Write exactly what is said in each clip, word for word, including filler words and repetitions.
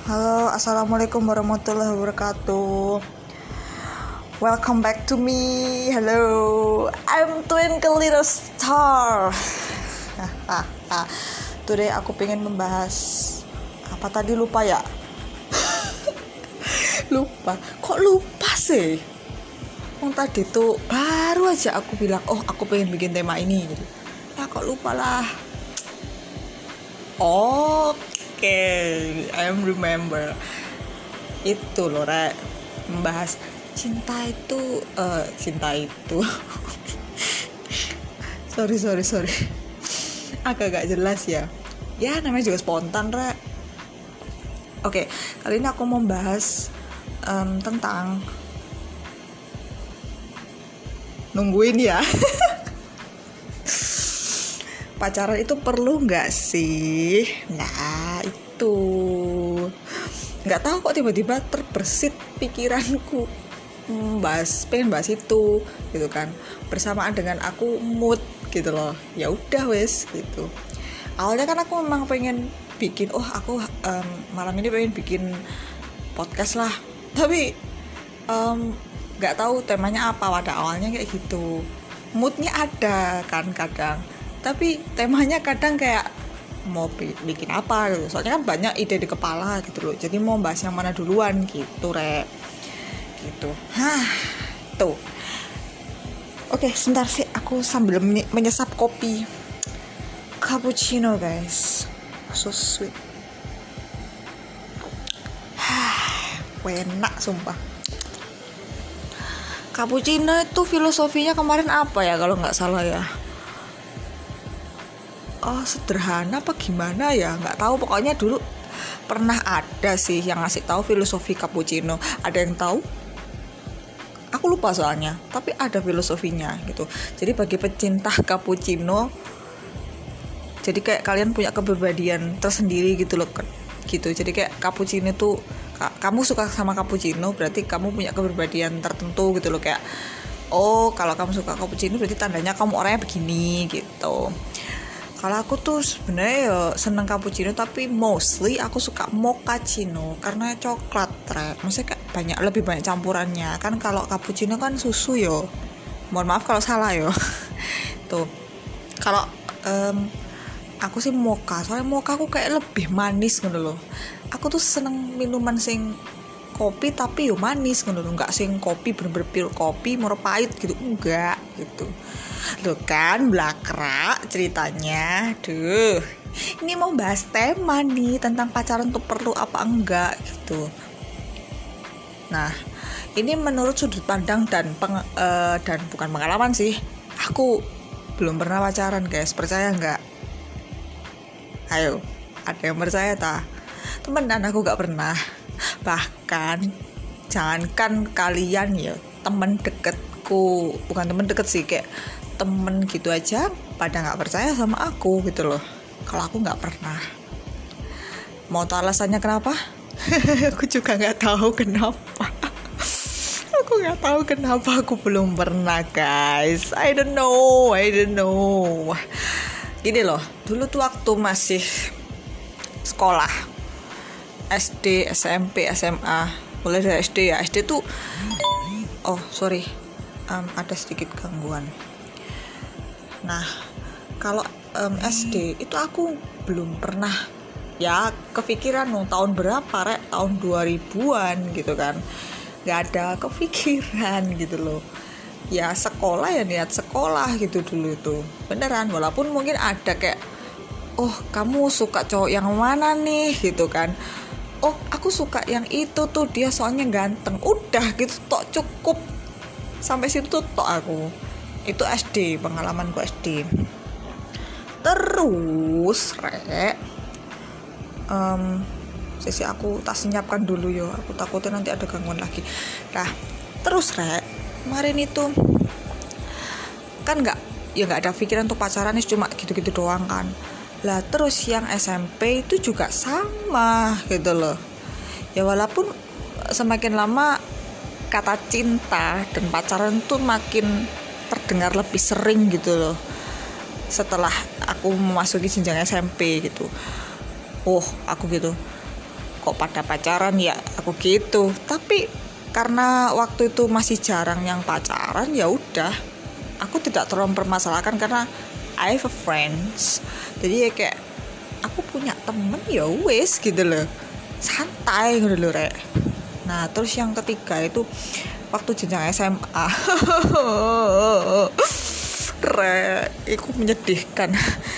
Halo, assalamualaikum warahmatullahi wabarakatuh. Welcome back to me. Hello, I'm Twinkle Little Star. Today aku pengen membahas apa tadi lupa ya? lupa. Kok lupa sih? Yang tadi tuh baru aja aku bilang, oh aku pengen bikin tema ini gitu. Ya kok lupa lah. Oke. Okay, I remember. Itu loh, Rek. Membahas cinta itu uh, Cinta itu Sorry, sorry, sorry Agak gak jelas ya. Ya, namanya juga spontan, Rek. Oke, okay, kali ini aku mau membahas um, tentang Nungguin ya pacaran itu perlu nggak sih? Nah itu nggak tahu kok tiba-tiba terbersit pikiranku hmm, bahas pengen bahas itu gitu kan, bersamaan dengan aku mood gitu loh. Ya udah wes gitu. Awalnya kan aku memang pengen bikin oh aku um, malam ini pengen bikin podcast lah, tapi nggak um, tahu temanya apa. Pada awalnya kayak gitu, moodnya ada kan kadang, tapi temanya kadang kayak mau bikin apa gitu. Soalnya kan banyak ide di kepala gitu loh. Jadi mau bahas yang mana duluan gitu, Rek. Gitu. Hah, tuh. Oke, sebentar sih aku sambil menyesap kopi cappuccino, guys. So sweet. Hah, enak sumpah. Cappuccino itu filosofinya kemarin apa ya kalau nggak salah ya? Oh, sederhana apa gimana ya, nggak tahu. Pokoknya dulu pernah ada sih yang ngasih tahu filosofi cappuccino. Ada yang tahu? Aku lupa soalnya, tapi ada filosofinya gitu. Jadi bagi pecinta cappuccino, jadi kayak kalian punya kepribadian tersendiri gitu loh, gitu. Jadi kayak cappuccino tuh, kamu suka sama cappuccino berarti kamu punya kepribadian tertentu gitu loh. Kayak oh, kalau kamu suka cappuccino berarti tandanya kamu orangnya begini gitu. Kalau aku tuh sebenarnya ya seneng cappuccino, tapi mostly aku suka mochaccino karena coklat, Rek. Maksudnya kayak banyak, lebih banyak campurannya. Kan kalau cappuccino kan susu yo. Mohon maaf kalau salah yo. Tuh. Kalau um, aku sih mocha, soalnya mocha aku kayak lebih manis gitu loh. Aku tuh seneng minuman sing kopi tapi yo manis gitu loh. Enggak sing kopi bener-bener pure kopi murah pahit gitu, enggak gitu. Loh kan blakrak ceritanya. Duh, ini mau bahas tema nih tentang pacaran tuh perlu apa enggak gitu. Nah, ini menurut sudut pandang dan peng, uh, dan bukan pengalaman sih. Aku belum pernah pacaran, guys. Percaya enggak? Ayo, ada yang percaya tak? Temenan aku gak pernah. Bahkan jangankan kalian ya, temen deketku, bukan temen deket sih, kayak temen gitu aja pada nggak percaya sama aku gitu loh. Kalau aku nggak pernah. Mau tahu alasannya kenapa? Aku juga nggak tahu kenapa. Aku nggak tahu kenapa aku belum pernah, guys. I don't know, I don't know. Gini loh, dulu tuh waktu masih sekolah S D, S M P, S M A, mulai dari S D ya. S D tuh, oh sorry, um, ada sedikit gangguan. Nah, kalau um, S D itu aku belum pernah ya kepikiran dong, tahun berapa, Rek? Tahun dua ribuan gitu kan. Gak ada kepikiran gitu loh. Ya sekolah ya niat sekolah gitu dulu itu. Beneran, walaupun mungkin ada kayak oh, kamu suka cowok yang mana nih gitu kan. Oh, aku suka yang itu tuh, dia soalnya ganteng. Udah gitu tok, cukup. Sampai situ tuh tok aku. Itu S D, pengalamanku S D. Terus, Rek, um, sisi aku tak senyapkan dulu yo. Aku takutnya nanti ada gangguan lagi. Nah, terus Rek, kemarin itu kan nggak, ya nggak ada pikiran untuk pacaran, cuma gitu-gitu doang kan. Lah terus yang S M P itu juga sama gitu loh. Ya walaupun semakin lama kata cinta dan pacaran tuh makin terdengar lebih sering gitu loh setelah aku memasuki jenjang S M P gitu. Oh, aku gitu, kok pada pacaran ya, aku gitu. Tapi karena waktu itu masih jarang yang pacaran, ya udah, aku tidak terlalu mempermasalahkan karena I have a friends. Jadi ya kayak aku punya temen ya wes gitu loh, santai gitu loh rek. Nah terus yang ketiga itu waktu jenjang S M A. Rek, itu menyedihkan.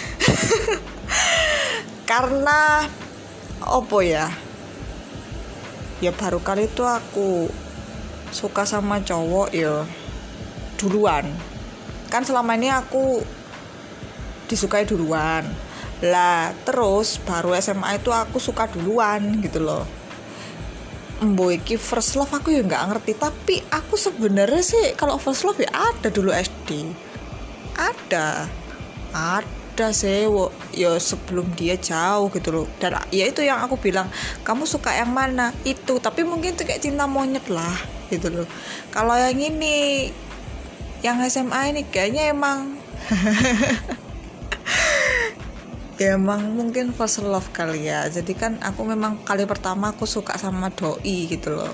Karena opo ya, ya baru kali itu aku suka sama cowok ya duluan. Kan selama ini aku disukai duluan lah, terus baru S M A itu aku suka duluan gitu loh. Embo iki first love aku ya nggak ngerti, tapi aku sebenarnya sih kalau first love ya ada dulu S D, ada ada sih wo, ya sebelum dia jauh gitu loh. Dan ya itu yang aku bilang, kamu suka yang mana itu, tapi mungkin tuh kayak cinta monyet lah gitu loh. Kalau yang ini, yang S M A ini kayaknya emang ya emang mungkin first love kali ya. Jadi kan aku memang kali pertama aku suka sama doi gitu loh,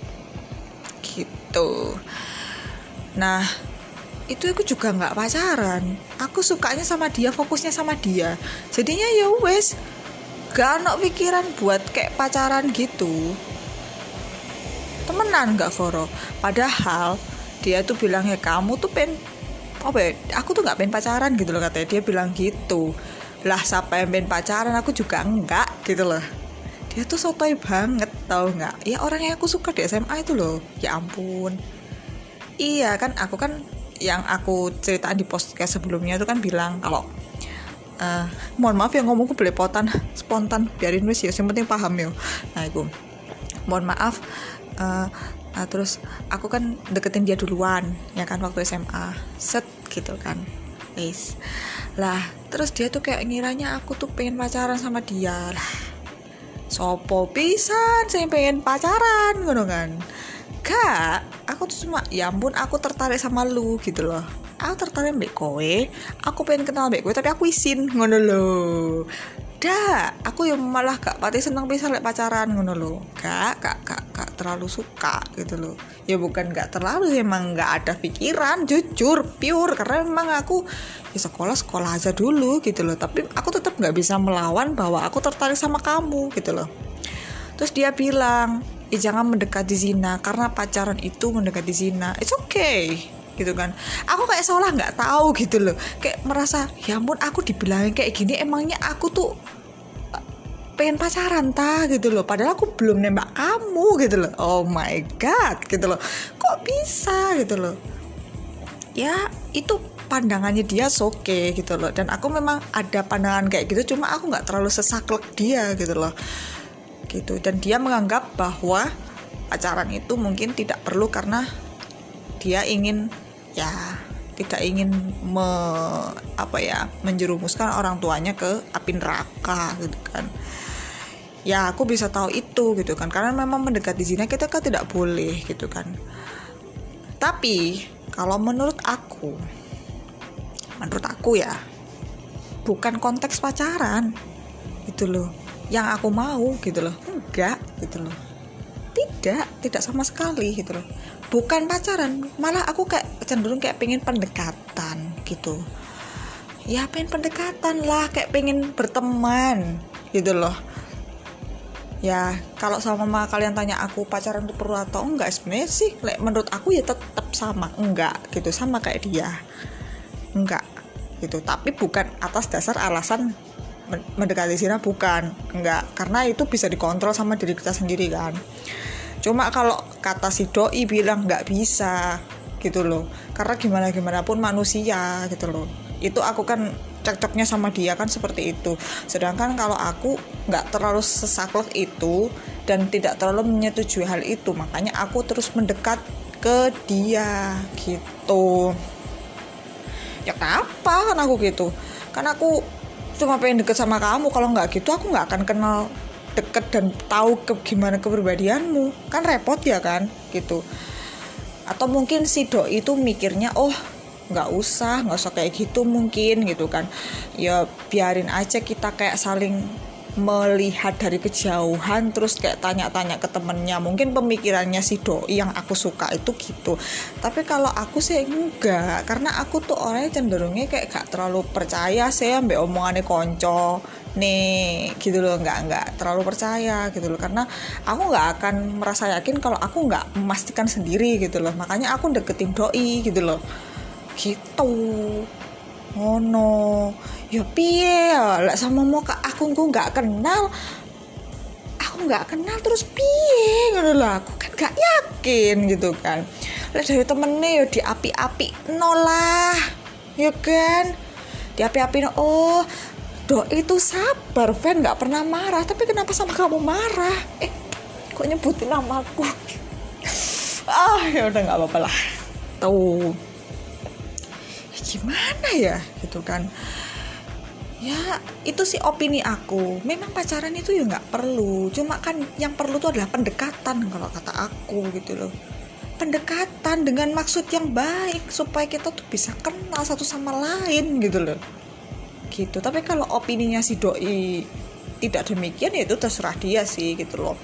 gitu. Nah itu aku juga nggak pacaran, aku sukanya sama dia, fokusnya sama dia. Jadinya ya wes gak ada pikiran buat kayak pacaran gitu, temenan gak koro. Padahal dia tuh bilangnya kamu tuh pen apa ya, aku tuh nggak pengen pacaran gitu loh katanya. Dia bilang gitu lah, siapa yang pengen pacaran, aku juga enggak gitu loh. Dia tuh sotoy banget tau nggak ya, orang yang aku suka di S M A itu loh. Ya ampun, iya kan aku kan yang aku ceritain di podcast sebelumnya itu kan bilang kalau uh, mohon maaf ya ngomongku belepotan spontan, biarin wes ya, yang penting paham ya. Nah itu mohon maaf. uh, Nah, terus aku kan deketin dia duluan ya kan waktu S M A, set gitu kan, guys. Lah terus dia tuh kayak ngiranya aku tuh pengen pacaran sama dia lah. Sopo pisan saya pengen pacaran ngono kan. Gak, aku tuh cuma ya ampun aku tertarik sama lu gitu loh. Aku tertarik mbek kowe, aku pengen kenal mbek kowe tapi aku isin ngono loh. Dah, aku yang malah gak pati seneng bisa lek pacaran ngono loh. Gak, gak, gak, gak terlalu suka gitu loh. Ya bukan gak terlalu, emang gak ada pikiran, jujur, pure. Karena memang aku di sekolah-sekolah aja dulu gitu loh. Tapi aku tetap gak bisa melawan bahwa aku tertarik sama kamu gitu loh. Terus dia bilang, eh jangan mendekati zina, karena pacaran itu mendekati zina. It's okay gitu kan. Aku kayak seolah nggak tahu gitu loh, kayak merasa ya ampun aku dibilangin kayak gini, emangnya aku tuh pengen pacaran ta gitu loh, padahal aku belum nembak kamu gitu loh. Oh my god gitu loh, kok bisa gitu loh. Ya itu pandangannya dia oke okay, gitu loh, dan aku memang ada pandangan kayak gitu, cuma aku nggak terlalu sesaklek dia gitu loh gitu. Dan dia menganggap bahwa pacaran itu mungkin tidak perlu karena dia ingin ya tidak ingin me, apa ya menjerumuskan orang tuanya ke api neraka gitu kan. Ya aku bisa tahu itu gitu kan, karena memang mendekati zina kita kan tidak boleh gitu kan. Tapi kalau menurut aku menurut aku ya bukan konteks pacaran gitu loh yang aku mau gitu loh, enggak gitu loh, tidak tidak sama sekali gitu loh. Bukan pacaran, malah aku kayak cenderung kayak pengen pendekatan gitu. Ya pengen pendekatan lah, kayak pengen berteman gitu loh. Ya kalau sama kalian tanya aku pacaran itu perlu atau enggak, sebenarnya sih menurut aku ya tetap sama, enggak gitu, sama kayak dia, enggak gitu. Tapi bukan atas dasar alasan mendekati zina, bukan, enggak, karena itu bisa dikontrol sama diri kita sendiri kan. Cuma kalau kata si doi bilang nggak bisa gitu loh, karena gimana gimana pun manusia gitu loh. Itu aku kan cocoknya sama dia kan seperti itu. Sedangkan kalau aku nggak terlalu sesaklek itu dan tidak terlalu menyetujui hal itu, makanya aku terus mendekat ke dia gitu. Ya kenapa kan aku gitu? Kan aku cuma pengen deket sama kamu. Kalau nggak gitu aku nggak akan kenal deket dan tahu ke, gimana kepribadianmu, kan repot ya kan gitu. Atau mungkin si doi itu mikirnya oh nggak usah nggak usah kayak gitu mungkin gitu kan, ya biarin aja kita kayak saling melihat dari kejauhan terus kayak tanya-tanya ke temennya. Mungkin pemikirannya si doi yang aku suka itu gitu. Tapi kalau aku sih enggak, karena aku tuh orangnya cenderungnya kayak gak terlalu percaya sih ambek omongannya konco nih gitu loh, enggak enggak terlalu percaya gitu loh, karena aku nggak akan merasa yakin kalau aku nggak memastikan sendiri gitu loh. Makanya aku deketin doi gitu loh, gitu. Oh no, ya piye ya, lah sama mau ke aku aku nggak kenal, aku nggak kenal terus piye gitu loh, aku kan nggak yakin gitu kan. Lah dari temennya ya di api-api nolah, ya kan, di api-api no. Oh, doi itu sabar, Van nggak pernah marah, tapi kenapa sama kamu marah? Eh, kok nyebutin namaku? Ah, ya udah nggak apa-apa lah. Tuh. Gimana ya gitu kan, ya itu sih opini aku. Memang pacaran itu ya nggak perlu, cuma kan yang perlu itu adalah pendekatan kalau kata aku gitu loh, pendekatan dengan maksud yang baik supaya kita tuh bisa kenal satu sama lain gitu loh, gitu. Tapi kalau opininya si doi tidak demikian, ya itu terserah dia sih gitu loh.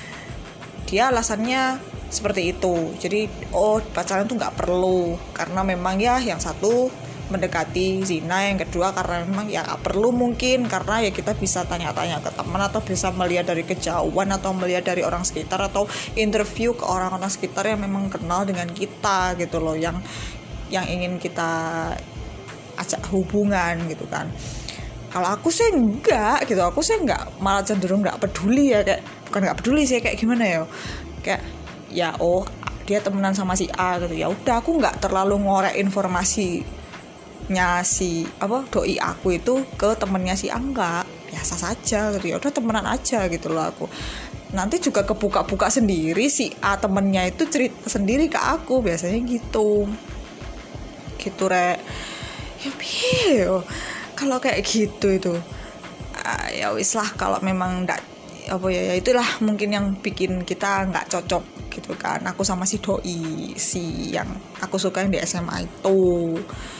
Dia alasannya seperti itu. Jadi oh pacaran tuh nggak perlu karena memang ya yang satu mendekati zina, yang kedua karena memang ya nggak perlu mungkin karena ya kita bisa tanya-tanya ke teman atau bisa melihat dari kejauhan atau melihat dari orang sekitar atau interview ke orang-orang sekitar yang memang kenal dengan kita gitu loh, yang yang ingin kita ajak hubungan gitu kan. Kalau aku sih enggak gitu, aku sih enggak, malah cenderung nggak peduli ya, kayak bukan nggak peduli sih, kayak gimana ya, kayak ya oh dia temenan sama si A gitu, ya udah aku nggak terlalu ngorek informasinya si apa doi aku itu ke temennya si A, enggak, biasa saja gitu, ya udah temenan aja gitu loh aku. Nanti juga kebuka-buka sendiri si A temennya itu cerita sendiri ke aku biasanya gitu gitu rek. Ya piye kalau kayak gitu itu uh, ya wis lah, kalau memang ndak apa ya, ya itulah mungkin yang bikin kita nggak cocok gitu kan, aku sama si doi si yang aku suka yang di S M A itu.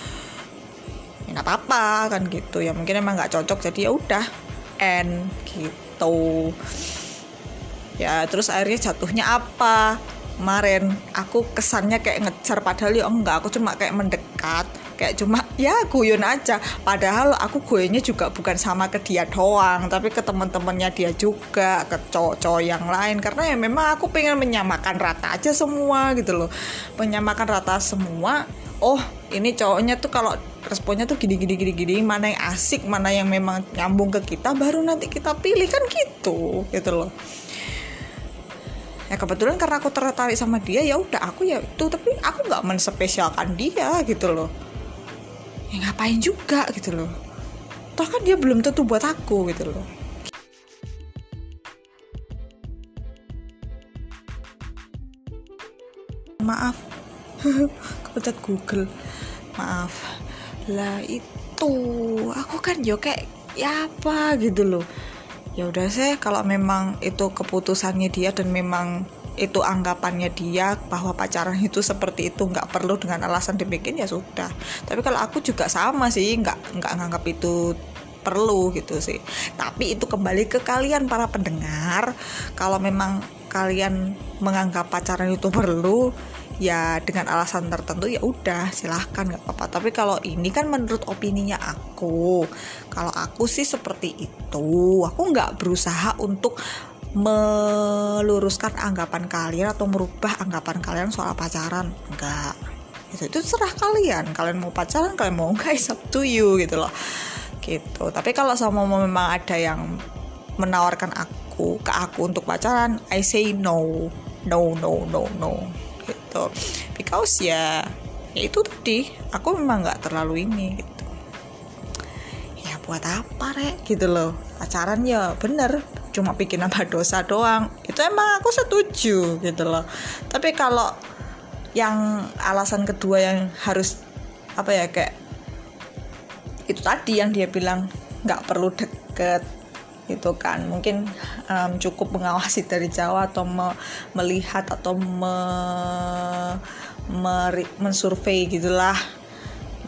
Ya nggak apa-apa kan gitu ya, mungkin emang nggak cocok jadi ya udah end gitu ya. Terus akhirnya jatuhnya apa kemarin, aku kesannya kayak ngejar padahal ya enggak, aku cuma kayak mendekat, kayak cuma ya guyon aja, padahal aku guyonya juga bukan sama ke dia doang tapi ke teman-temannya dia juga, ke cowok-cowok yang lain, karena ya memang aku pengen menyamakan rata aja semua gitu loh, menyamakan rata semua. Oh ini cowoknya tuh kalau responnya tuh gini gini gini gini, mana yang asik, mana yang memang nyambung ke kita, baru nanti kita pilih kan gitu gitu loh. Ya kebetulan karena aku tertarik sama dia, ya udah aku ya itu, tapi aku nggak menspesialkan dia gitu loh. Ya ngapain juga gitu loh, toh kan dia belum tentu buat aku gitu loh. Maaf kepencet Google, maaf lah. Itu aku kan yo kayak ya apa gitu loh. Ya udah sih, kalau memang itu keputusannya dia dan memang itu anggapannya dia bahwa pacaran itu seperti itu, nggak perlu dengan alasan demikian, ya sudah. Tapi kalau aku juga sama sih, nggak nggak nganggap itu perlu gitu sih. Tapi itu kembali ke kalian para pendengar. Kalau memang kalian menganggap pacaran itu perlu, ya dengan alasan tertentu, ya udah silahkan, nggak apa-apa. Tapi kalau ini kan menurut opininya aku, kalau aku sih seperti itu. Aku nggak berusaha untuk meluruskan anggapan kalian atau merubah anggapan kalian soal pacaran, enggak. Itu itu serah kalian. Kalian mau pacaran, kalian mau enggak, it's up to you gitu loh. Gitu. Tapi kalau sama memang ada yang menawarkan aku ke aku untuk pacaran, I say no, no, no, no, no. Gitu. Because ya, ya itu tadi aku memang nggak terlalu ini gitu. Ya buat apa rek gitu loh, pacaran ya bener cuma bikin nambah dosa doang, itu emang aku setuju gitu loh. Tapi kalau yang alasan kedua yang harus apa ya, kayak itu tadi yang dia bilang nggak perlu deket gitu kan, mungkin um, cukup mengawasi dari jauh atau me- melihat atau me- me- mensurvei gitulah,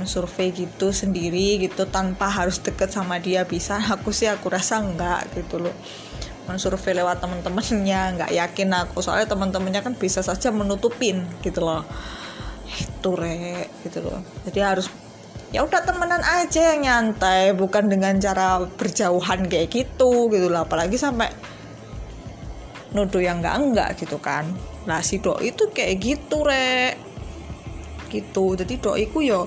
mensurvei gitu sendiri gitu tanpa harus deket sama dia bisa. Aku sih aku rasa enggak gitu loh. Mensurvei lewat teman-temannya nggak yakin aku, soalnya teman-temannya kan bisa saja menutupin gitu loh. Itu Rek gitu loh. Jadi harus ya udah temenan aja yang nyantai, bukan dengan cara berjauhan kayak gitu gitu lah, apalagi sampai nuduh yang enggak-enggak gitu kan. Nah si doi itu kayak gitu Rek gitu. Jadi doiku yo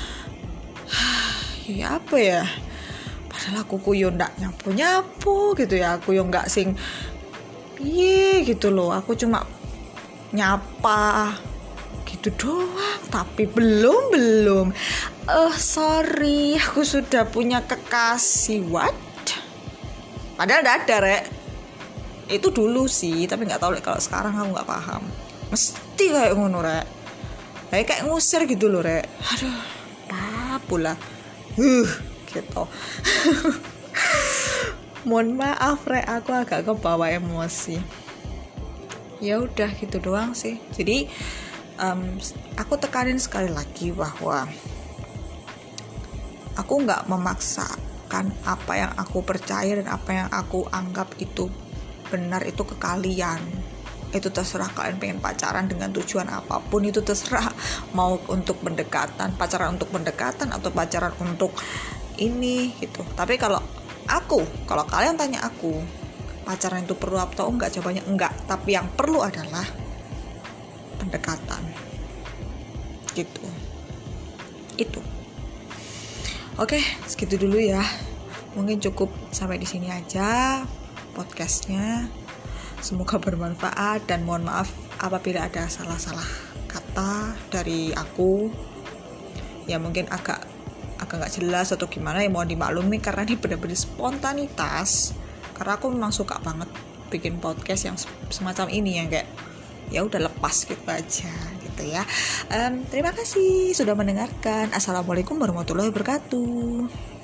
ya apa ya, padahal aku ku yo ndak nyapu-nyapu gitu ya, aku yo nggak sing piye gitu loh, aku cuma nyapa gitu doang. Tapi belum belum eh uh, sorry aku sudah punya kekasih. What? Padahal ndak ada Rek, itu dulu sih, tapi nggak tahu kalau sekarang aku nggak paham. Mesti kayak ngono Rek, kayak kayak ngusir gitu loh Rek. Aduh apa pula uh gitu. Mohon maaf Rek, aku agak kebawa emosi. Ya udah gitu doang sih. Jadi um, aku tekanin sekali lagi bahwa aku nggak memaksakan apa yang aku percaya dan apa yang aku anggap itu benar itu ke kalian. Itu terserah kalian pengen pacaran dengan tujuan apapun, itu terserah. Mau untuk pendekatan, pacaran untuk pendekatan atau pacaran untuk ini gitu. Tapi kalau aku, kalau kalian tanya aku pacaran itu perlu atau enggak, jawabannya enggak. Tapi yang perlu adalah pendekatan gitu. Itu oke, segitu dulu ya. Mungkin cukup sampai di sini aja podcastnya. Semoga bermanfaat dan mohon maaf apabila ada salah-salah kata dari aku. Ya mungkin agak agak nggak jelas atau gimana, ya mohon dimaklumi karena ini benar-benar spontanitas. Karena aku memang suka banget bikin podcast yang semacam ini yang kayak ya udah lepas gitu aja gitu ya. Um, terima kasih sudah mendengarkan. Assalamualaikum warahmatullahi wabarakatuh.